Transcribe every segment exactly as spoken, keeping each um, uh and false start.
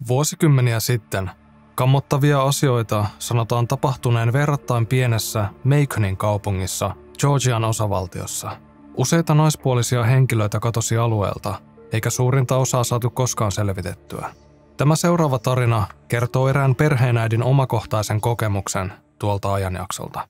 Vuosikymmeniä sitten kammottavia asioita sanotaan tapahtuneen verrattain pienessä Maconin kaupungissa Georgian osavaltiossa. Useita naispuolisia henkilöitä katosi alueelta, eikä suurinta osaa saatu koskaan selvitettyä. Tämä seuraava tarina kertoo erään perheenäidin omakohtaisen kokemuksen tuolta ajanjaksolta.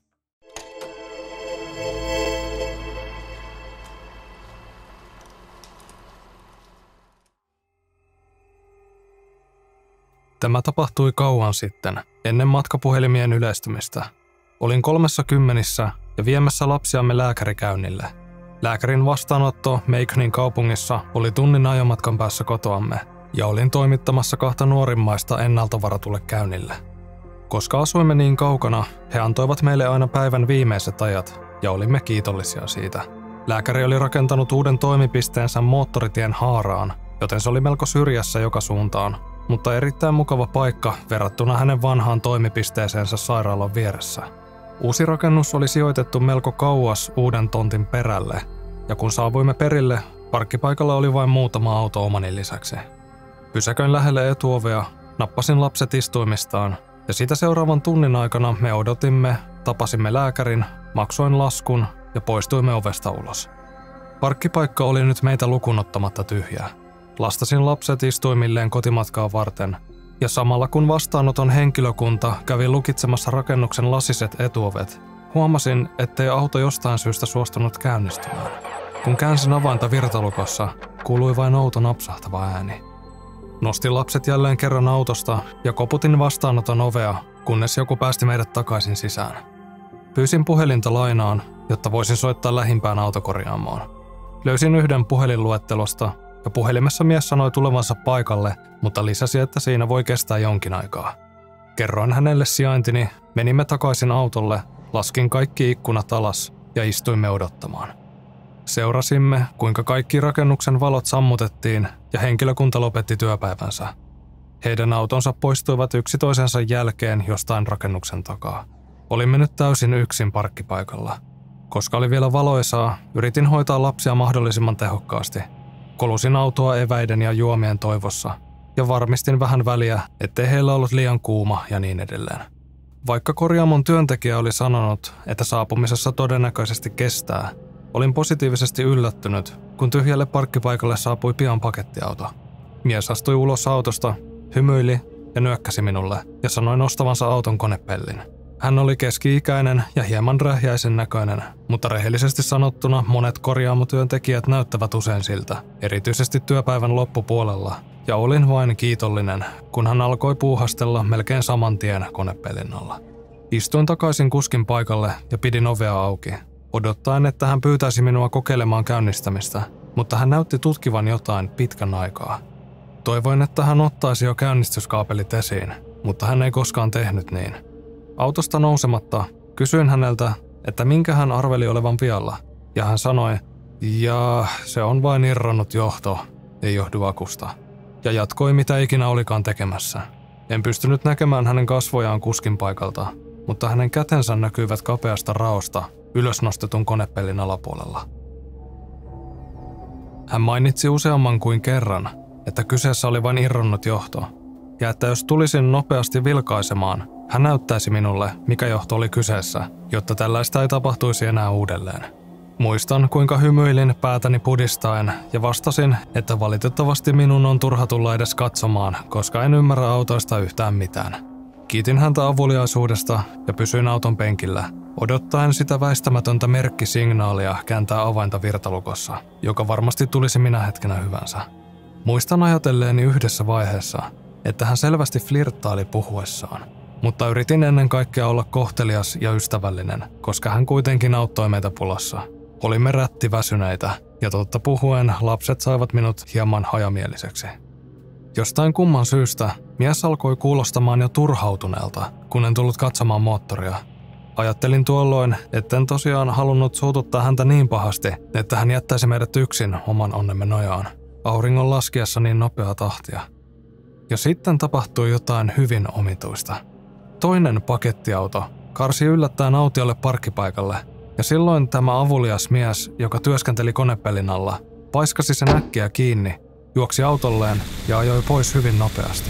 Tämä tapahtui kauan sitten, ennen matkapuhelimien yleistymistä. Olin kolmessa kymmenissä ja viemässä lapsiamme lääkärikäynnille. Lääkärin vastaanotto Maconin kaupungissa oli tunnin ajomatkan päässä kotoamme, ja olin toimittamassa kahta nuorimmaista ennalta varatulle käynnille. Koska asuimme niin kaukana, he antoivat meille aina päivän viimeiset ajat, ja olimme kiitollisia siitä. Lääkäri oli rakentanut uuden toimipisteensä moottoritien haaraan, joten se oli melko syrjässä joka suuntaan, mutta erittäin mukava paikka verrattuna hänen vanhaan toimipisteeseensä sairaalan vieressä. Uusi rakennus oli sijoitettu melko kauas uuden tontin perälle, ja kun saavuimme perille, parkkipaikalla oli vain muutama auto omani lisäksi. Pysäköin lähelle etuovea, nappasin lapset istuimistaan, ja sitä seuraavan tunnin aikana me odotimme, tapasimme lääkärin, maksoin laskun ja poistuimme ovesta ulos. Parkkipaikka oli nyt meitä lukunottamatta tyhjä. Lastasin lapset istuimilleen kotimatkaa varten, ja samalla kun vastaanoton henkilökunta kävi lukitsemassa rakennuksen lasiset etuovet, huomasin, ettei auto jostain syystä suostunut käynnistymään. Kun käänsin avainta virtalukossa, kuului vain outo napsahtava ääni. Nostin lapset jälleen kerran autosta ja koputin vastaanoton ovea, kunnes joku päästi meidät takaisin sisään. Pyysin puhelinta lainaan, jotta voisin soittaa lähimpään autokorjaamoon. Löysin yhden puhelinluettelosta, ja puhelimessa mies sanoi tulevansa paikalle, mutta lisäsi, että siinä voi kestää jonkin aikaa. Kerroin hänelle sijaintini, menimme takaisin autolle, laskin kaikki ikkunat alas ja istuimme odottamaan. Seurasimme, kuinka kaikki rakennuksen valot sammutettiin ja henkilökunta lopetti työpäivänsä. Heidän autonsa poistuivat yksi toisensa jälkeen jostain rakennuksen takaa. Olimme nyt täysin yksin parkkipaikalla. Koska oli vielä valoisaa, yritin hoitaa lapsia mahdollisimman tehokkaasti. Kolusin autoa eväiden ja juomien toivossa ja varmistin vähän väliä, ettei heillä ollut liian kuuma ja niin edelleen. Vaikka korjaamon työntekijä oli sanonut, että saapumisessa todennäköisesti kestää, olin positiivisesti yllättynyt, kun tyhjälle parkkipaikalle saapui pian pakettiauto. Mies astui ulos autosta, hymyili ja nyökkäsi minulle ja sanoi nostavansa auton konepellin. Hän oli keski-ikäinen ja hieman rähjäisen näköinen, mutta rehellisesti sanottuna monet korjaamotyöntekijät näyttävät usein siltä, erityisesti työpäivän loppupuolella, ja olin vain kiitollinen, kun hän alkoi puuhastella melkein saman tien konepellin alla. Istuin takaisin kuskin paikalle ja pidin ovea auki, odottaen, että hän pyytäisi minua kokeilemaan käynnistämistä, mutta hän näytti tutkivan jotain pitkän aikaa. Toivoin, että hän ottaisi jo käynnistyskaapelit esiin, mutta hän ei koskaan tehnyt niin. Autosta nousematta kysyin häneltä, että minkä hän arveli olevan vialla, ja hän sanoi, ja se on vain irronnut johto, ei johdu akusta, ja jatkoi mitä ikinä olikaan tekemässä. En pystynyt näkemään hänen kasvojaan kuskin paikalta, mutta hänen kätensä näkyivät kapeasta raosta ylösnostetun konepellin alapuolella. Hän mainitsi useamman kuin kerran, että kyseessä oli vain irronnut johto, ja että jos tulisin nopeasti vilkaisemaan, hän näyttäisi minulle, mikä johto oli kyseessä, jotta tällaista ei tapahtuisi enää uudelleen. Muistan, kuinka hymyilin päätäni pudistaen ja vastasin, että valitettavasti minun on turha tulla edes katsomaan, koska en ymmärrä autoista yhtään mitään. Kiitin häntä avuliaisuudesta ja pysyin auton penkillä, odottaen sitä väistämätöntä merkkisignaalia kääntää avainta virtalukossa, joka varmasti tulisi minä hetkenä hyvänsä. Muistan ajatelleeni yhdessä vaiheessa, että hän selvästi flirttaili puhuessaan. Mutta yritin ennen kaikkea olla kohtelias ja ystävällinen, koska hän kuitenkin auttoi meitä pulassa. Olimme rättiväsyneitä, ja totta puhuen lapset saivat minut hieman hajamieliseksi. Jostain kumman syystä mies alkoi kuulostamaan jo turhautuneelta, kun en tullut katsomaan moottoria. Ajattelin tuolloin, etten tosiaan halunnut suututtaa häntä niin pahasti, että hän jättäisi meidät yksin oman onnemme nojaan, auringon laskiessa niin nopeaa tahtia. Ja sitten tapahtui jotain hyvin omituista. Toinen pakettiauto karsi yllättäen autiolle parkkipaikalle, ja silloin tämä avulias mies, joka työskenteli konepellin alla, paiskasi sen äkkiä kiinni, juoksi autolleen ja ajoi pois hyvin nopeasti.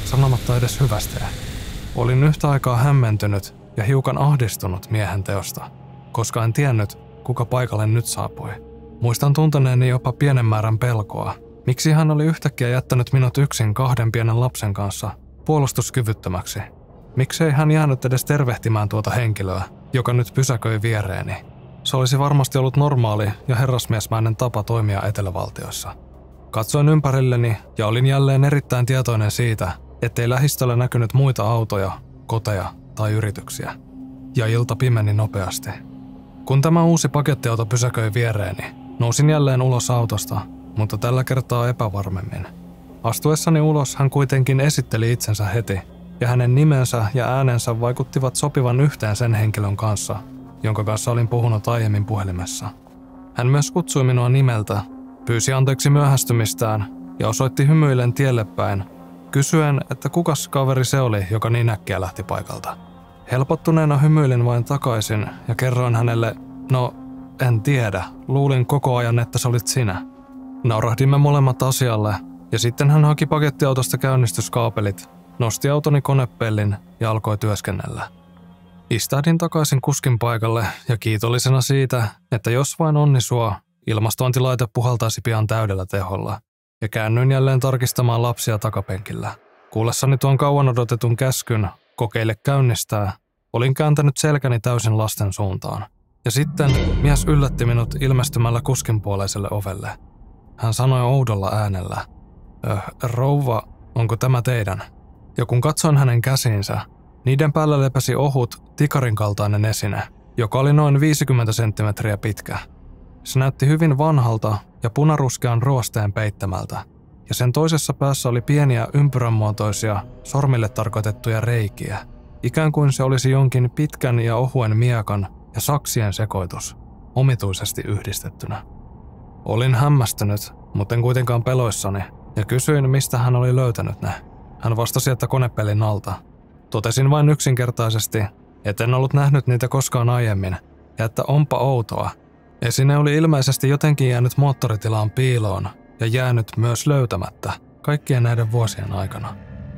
sanomatta edes hyvästä. Olin yhtä aikaa hämmentynyt ja hiukan ahdistunut miehen teosta, koska en tiennyt, kuka paikalle nyt saapui. Muistan tunteneeni jopa pienen määrän pelkoa. Miksi hän oli yhtäkkiä jättänyt minut yksin kahden pienen lapsen kanssa, puolustuskyvyttömäksi? Miksei hän jäänyt edes tervehtimään tuota henkilöä, joka nyt pysäköi viereeni? Se olisi varmasti ollut normaali ja herrasmiesmäinen tapa toimia etelävaltioissa. Katsoin ympärilleni ja olin jälleen erittäin tietoinen siitä, ettei lähistöllä näkynyt muita autoja, koteja tai yrityksiä. Ja ilta pimeni nopeasti. Kun tämä uusi pakettiauto pysäköi viereeni, nousin jälleen ulos autosta, mutta tällä kertaa epävarmemmin. Astuessani ulos hän kuitenkin esitteli itsensä heti, ja hänen nimensä ja äänensä vaikuttivat sopivan yhteen sen henkilön kanssa, jonka kanssa olin puhunut aiemmin puhelimessa. Hän myös kutsui minua nimeltä, pyysi anteeksi myöhästymistään ja osoitti hymyillen tielle päin, kysyen, että kukas kaveri se oli, joka niin äkkiä lähti paikalta. Helpottuneena hymyilin vain takaisin ja kerroin hänelle, no en tiedä, luulin koko ajan, että se olit sinä. Naurahdimme molemmat asialle ja sitten hän haki pakettiautosta käynnistyskaapelit, nosti autoni konepellin ja alkoi työskennellä. Istahdin takaisin kuskin paikalle ja kiitollisena siitä, että jos vain onni suo, ilmastointilaite puhaltaisi pian täydellä teholla, ja käännyin jälleen tarkistamaan lapsia takapenkillä. Kuullessani tuon kauan odotetun käskyn, kokeile käynnistää, olin kääntänyt selkäni täysin lasten suuntaan. Ja sitten mies yllätti minut ilmestymällä kuskinpuoleiselle ovelle. Hän sanoi oudolla äänellä, öh, rouva, onko tämä teidän? Ja kun katsoin hänen käsiinsä, niiden päällä lepäsi ohut, tikarin kaltainen esine, joka oli noin viisikymmentä senttimetriä pitkä. Se näytti hyvin vanhalta ja punaruskean ruosteen peittämältä, ja sen toisessa päässä oli pieniä ympyränmuotoisia, sormille tarkoitettuja reikiä, ikään kuin se olisi jonkin pitkän ja ohuen miekan ja saksien sekoitus, omituisesti yhdistettynä. Olin hämmästynyt, mutta en kuitenkaan peloissani, ja kysyin, mistä hän oli löytänyt ne. Hän vastasi, että konepelin alta. Totesin vain yksinkertaisesti, etten ollut nähnyt niitä koskaan aiemmin, ja että onpa outoa. Esine oli ilmeisesti jotenkin jäänyt moottoritilaan piiloon ja jäänyt myös löytämättä kaikkien näiden vuosien aikana.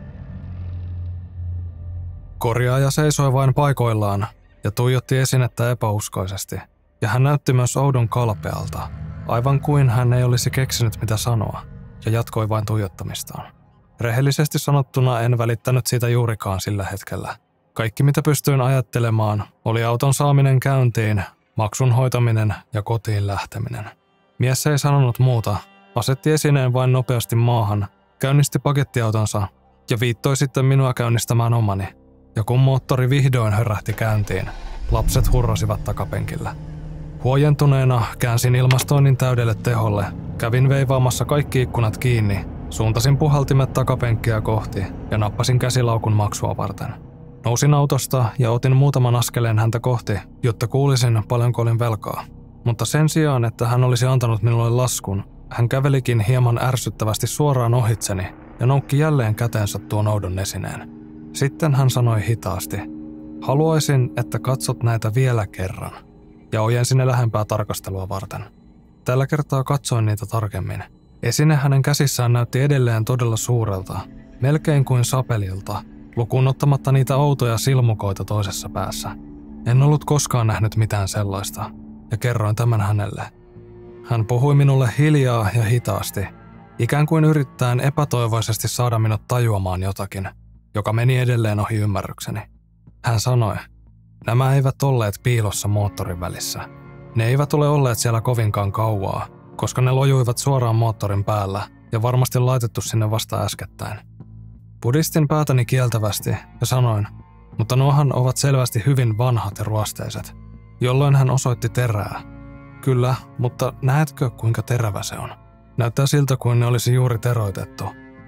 Korjaaja seisoi vain paikoillaan ja tuijotti esinettä epäuskoisesti, ja hän näytti myös oudon kalpealta, aivan kuin hän ei olisi keksinyt mitä sanoa, ja jatkoi vain tuijottamistaan. Rehellisesti sanottuna en välittänyt siitä juurikaan sillä hetkellä. Kaikki mitä pystyin ajattelemaan oli auton saaminen käyntiin, maksun hoitaminen ja kotiin lähteminen. Mies ei sanonut muuta, asetti esineen vain nopeasti maahan, käynnisti pakettiautonsa ja viittoi sitten minua käynnistämään omani. Ja kun moottori vihdoin hörähti käyntiin, lapset hurrasivat takapenkillä. Huojentuneena käänsin ilmastoinnin täydelle teholle, kävin veivaamassa kaikki ikkunat kiinni, suuntasin puhaltimet takapenkkiä kohti ja nappasin käsilaukun maksua varten. Nousin autosta ja otin muutaman askeleen häntä kohti, jotta kuulisin paljonko olin velkaa. Mutta sen sijaan, että hän olisi antanut minulle laskun, hän kävelikin hieman ärsyttävästi suoraan ohitseni ja noukki jälleen käteensä tuon oudon esineen. Sitten hän sanoi hitaasti, haluaisin, että katsot näitä vielä kerran, ja ojensin ne lähempää tarkastelua varten. Tällä kertaa katsoin niitä tarkemmin. Esine hänen käsissään näytti edelleen todella suurelta, melkein kuin sapelilta, lukuun ottamatta niitä outoja silmukoita toisessa päässä. En ollut koskaan nähnyt mitään sellaista, ja kerroin tämän hänelle. Hän puhui minulle hiljaa ja hitaasti, ikään kuin yrittäen epätoivoisesti saada minut tajuamaan jotakin, joka meni edelleen ohi ymmärrykseni. Hän sanoi, nämä eivät olleet piilossa moottorin välissä. Ne eivät ole olleet siellä kovinkaan kauaa, koska ne lojuivat suoraan moottorin päällä ja varmasti laitettu sinne vasta äskettäin. Pudistin päätäni kieltävästi ja sanoin, mutta nuohan ovat selvästi hyvin vanhat ja ruosteiset, jolloin hän osoitti terää. Kyllä, mutta näetkö kuinka terävä se on? Näyttää siltä kuin ne olisi juuri teroitettu.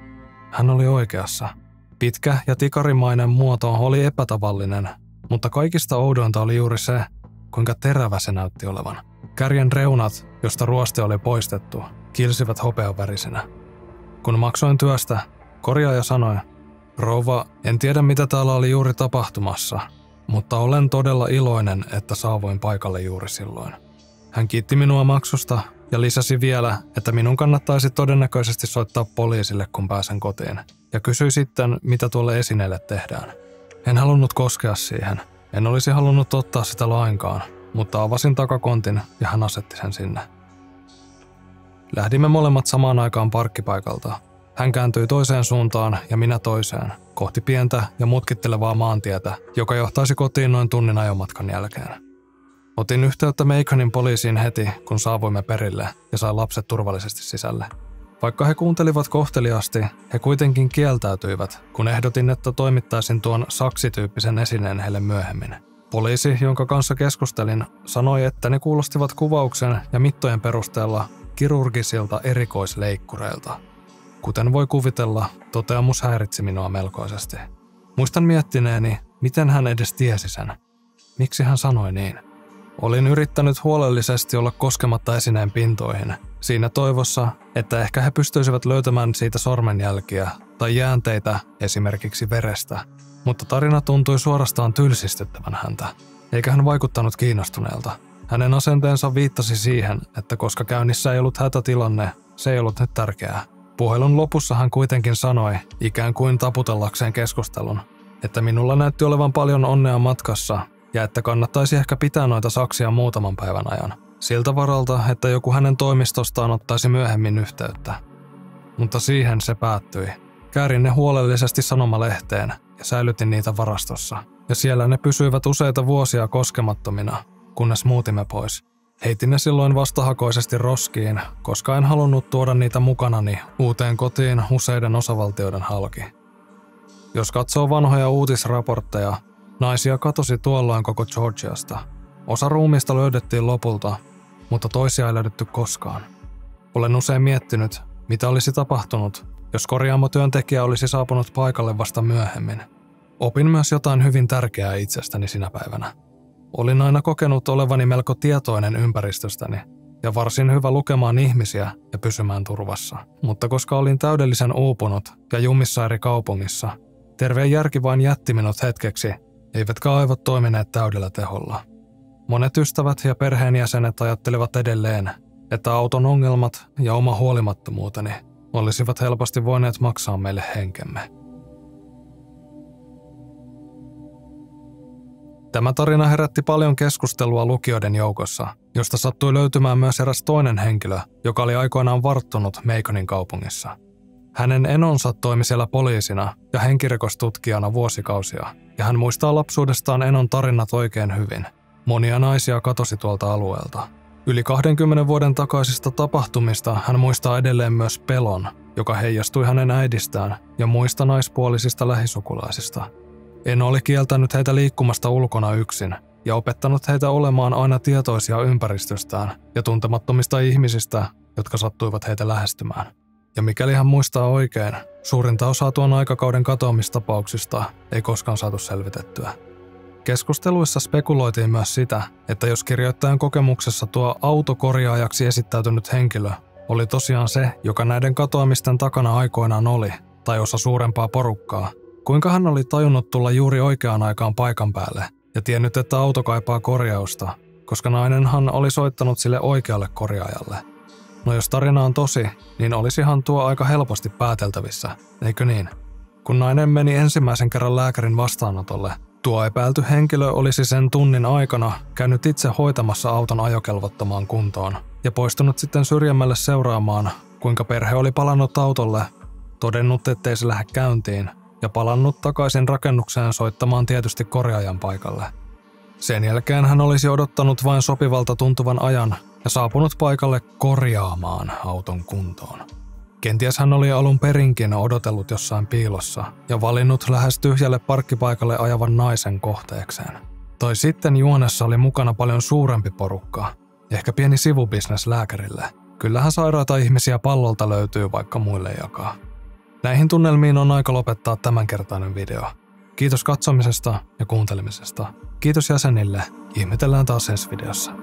Hän oli oikeassa. Pitkä ja tikarimainen muoto oli epätavallinen, mutta kaikista oudointa oli juuri se, kuinka terävä se näytti olevan. Kärjen reunat, josta ruoste oli poistettu, kilsivät hopeavärisenä. Kun maksoin työstä, korjaaja sanoi, rouva, en tiedä mitä täällä oli juuri tapahtumassa, mutta olen todella iloinen, että saavuin paikalle juuri silloin. Hän kiitti minua maksusta ja lisäsi vielä, että minun kannattaisi todennäköisesti soittaa poliisille, kun pääsen kotiin. ja kysyi sitten, mitä tuolle esineelle tehdään. En halunnut koskea siihen. En olisi halunnut ottaa sitä lainkaan, mutta avasin takakontin ja hän asetti sen sinne. Lähdimme molemmat samaan aikaan parkkipaikalta. Hän kääntyi toiseen suuntaan ja minä toiseen, kohti pientä ja mutkittelevaa maantietä, joka johtaisi kotiin noin tunnin ajomatkan jälkeen. Otin yhteyttä Maconin poliisiin heti, kun saavuimme perille ja sain lapset turvallisesti sisälle. Vaikka he kuuntelivat kohteliaasti, he kuitenkin kieltäytyivät, kun ehdotin, että toimittaisin tuon saksityyppisen esineen heille myöhemmin. Poliisi, jonka kanssa keskustelin, sanoi, että ne kuulostivat kuvauksen ja mittojen perusteella kirurgisilta erikoisleikkureilta. Kuten voi kuvitella, toteamus häiritsi minua melkoisesti. Muistan miettineeni, miten hän edes tiesi sen. Miksi hän sanoi niin? Olin yrittänyt huolellisesti olla koskematta esineen pintoihin, siinä toivossa, että ehkä he pystyisivät löytämään siitä sormenjälkiä tai jäänteitä esimerkiksi verestä, mutta tarina tuntui suorastaan tylsistyttävän häntä, eikä hän vaikuttanut kiinnostuneelta. Hänen asenteensa viittasi siihen, että koska käynnissä ei ollut hätätilanne, se ei ollut nyt tärkeää. Puhelun lopussa hän kuitenkin sanoi, ikään kuin taputellakseen keskustelun, että minulla näytti olevan paljon onnea matkassa ja että kannattaisi ehkä pitää noita saksia muutaman päivän ajan, siltä varalta, että joku hänen toimistostaan ottaisi myöhemmin yhteyttä. Mutta siihen se päättyi. Käärin ne huolellisesti sanomalehteen ja säilytin niitä varastossa, ja siellä ne pysyivät useita vuosia koskemattomina, kunnes muutimme pois. Heitin ne silloin vastahakoisesti roskiin, koska en halunnut tuoda niitä mukanani uuteen kotiin useiden osavaltioiden halki. Jos katsoo vanhoja uutisraportteja, naisia katosi tuolloin koko Georgiasta. Osa ruumista löydettiin lopulta, mutta toisia ei löydetty koskaan. Olen usein miettinyt, mitä olisi tapahtunut, jos korjaamotyöntekijä olisi saapunut paikalle vasta myöhemmin. Opin myös jotain hyvin tärkeää itsestäni sinä päivänä. Olin aina kokenut olevani melko tietoinen ympäristöstäni ja varsin hyvä lukemaan ihmisiä ja pysymään turvassa. Mutta koska olin täydellisen uupunut ja jumissa eri kaupungissa, terve järki vain jätti minut hetkeksi, eivätkä aivot toimineet täydellä teholla. Monet ystävät ja perheenjäsenet ajattelivat edelleen, että auton ongelmat ja oma huolimattomuuteni olisivat helposti voineet maksaa meille henkemme. Tämä tarina herätti paljon keskustelua lukijoiden joukossa, josta sattui löytymään myös eräs toinen henkilö, joka oli aikoinaan varttunut Maconin kaupungissa. Hänen enonsa toimi siellä poliisina ja henkirikostutkijana vuosikausia, ja hän muistaa lapsuudestaan enon tarinat oikein hyvin. Monia naisia katosi tuolta alueelta. Yli kahdenkymmenen vuoden takaisista tapahtumista hän muistaa edelleen myös pelon, joka heijastui hänen äidistään ja muista naispuolisista lähisukulaisista. Eno oli kieltänyt heitä liikkumasta ulkona yksin ja opettanut heitä olemaan aina tietoisia ympäristöstään ja tuntemattomista ihmisistä, jotka sattuivat heitä lähestymään. Ja mikäli hän muistaa oikein, suurinta osaa tuon aikakauden katoamistapauksista ei koskaan saatu selvitettyä. Keskusteluissa spekuloitiin myös sitä, että jos kirjoittajan kokemuksessa tuo autokorjaajaksi esittäytynyt henkilö oli tosiaan se, joka näiden katoamisten takana aikoinaan oli, tai osa suurempaa porukkaa, kuinka hän oli tajunnut tulla juuri oikeaan aikaan paikan päälle ja tiennyt, että auto kaipaa korjausta, koska nainenhan oli soittanut sille oikealle korjaajalle. No jos tarina on tosi, niin olisihan tuo aika helposti pääteltävissä, eikö niin? Kun nainen meni ensimmäisen kerran lääkärin vastaanotolle, tuo epäilty henkilö olisi sen tunnin aikana käynyt itse hoitamassa auton ajokelvottomaan kuntoon ja poistunut sitten syrjemmälle seuraamaan, kuinka perhe oli palannut autolle, todennut, ettei se lähde käyntiin ja palannut takaisin rakennukseen soittamaan tietysti korjaajan paikalle. Sen jälkeen hän olisi odottanut vain sopivalta tuntuvan ajan ja saapunut paikalle korjaamaan auton kuntoon. Kenties hän oli alun perinkin odotellut jossain piilossa ja valinnut lähes tyhjälle parkkipaikalle ajavan naisen kohteekseen. Tai sitten juonessa oli mukana paljon suurempi porukka, ehkä pieni sivubisnes lääkärille. Kyllähän sairaita ihmisiä pallolta löytyy, vaikka muille jakaa. Näihin tunnelmiin on aika lopettaa tämänkertainen video. Kiitos katsomisesta ja kuuntelemisesta. Kiitos jäsenille. Ihmetellään taas ensi videossa.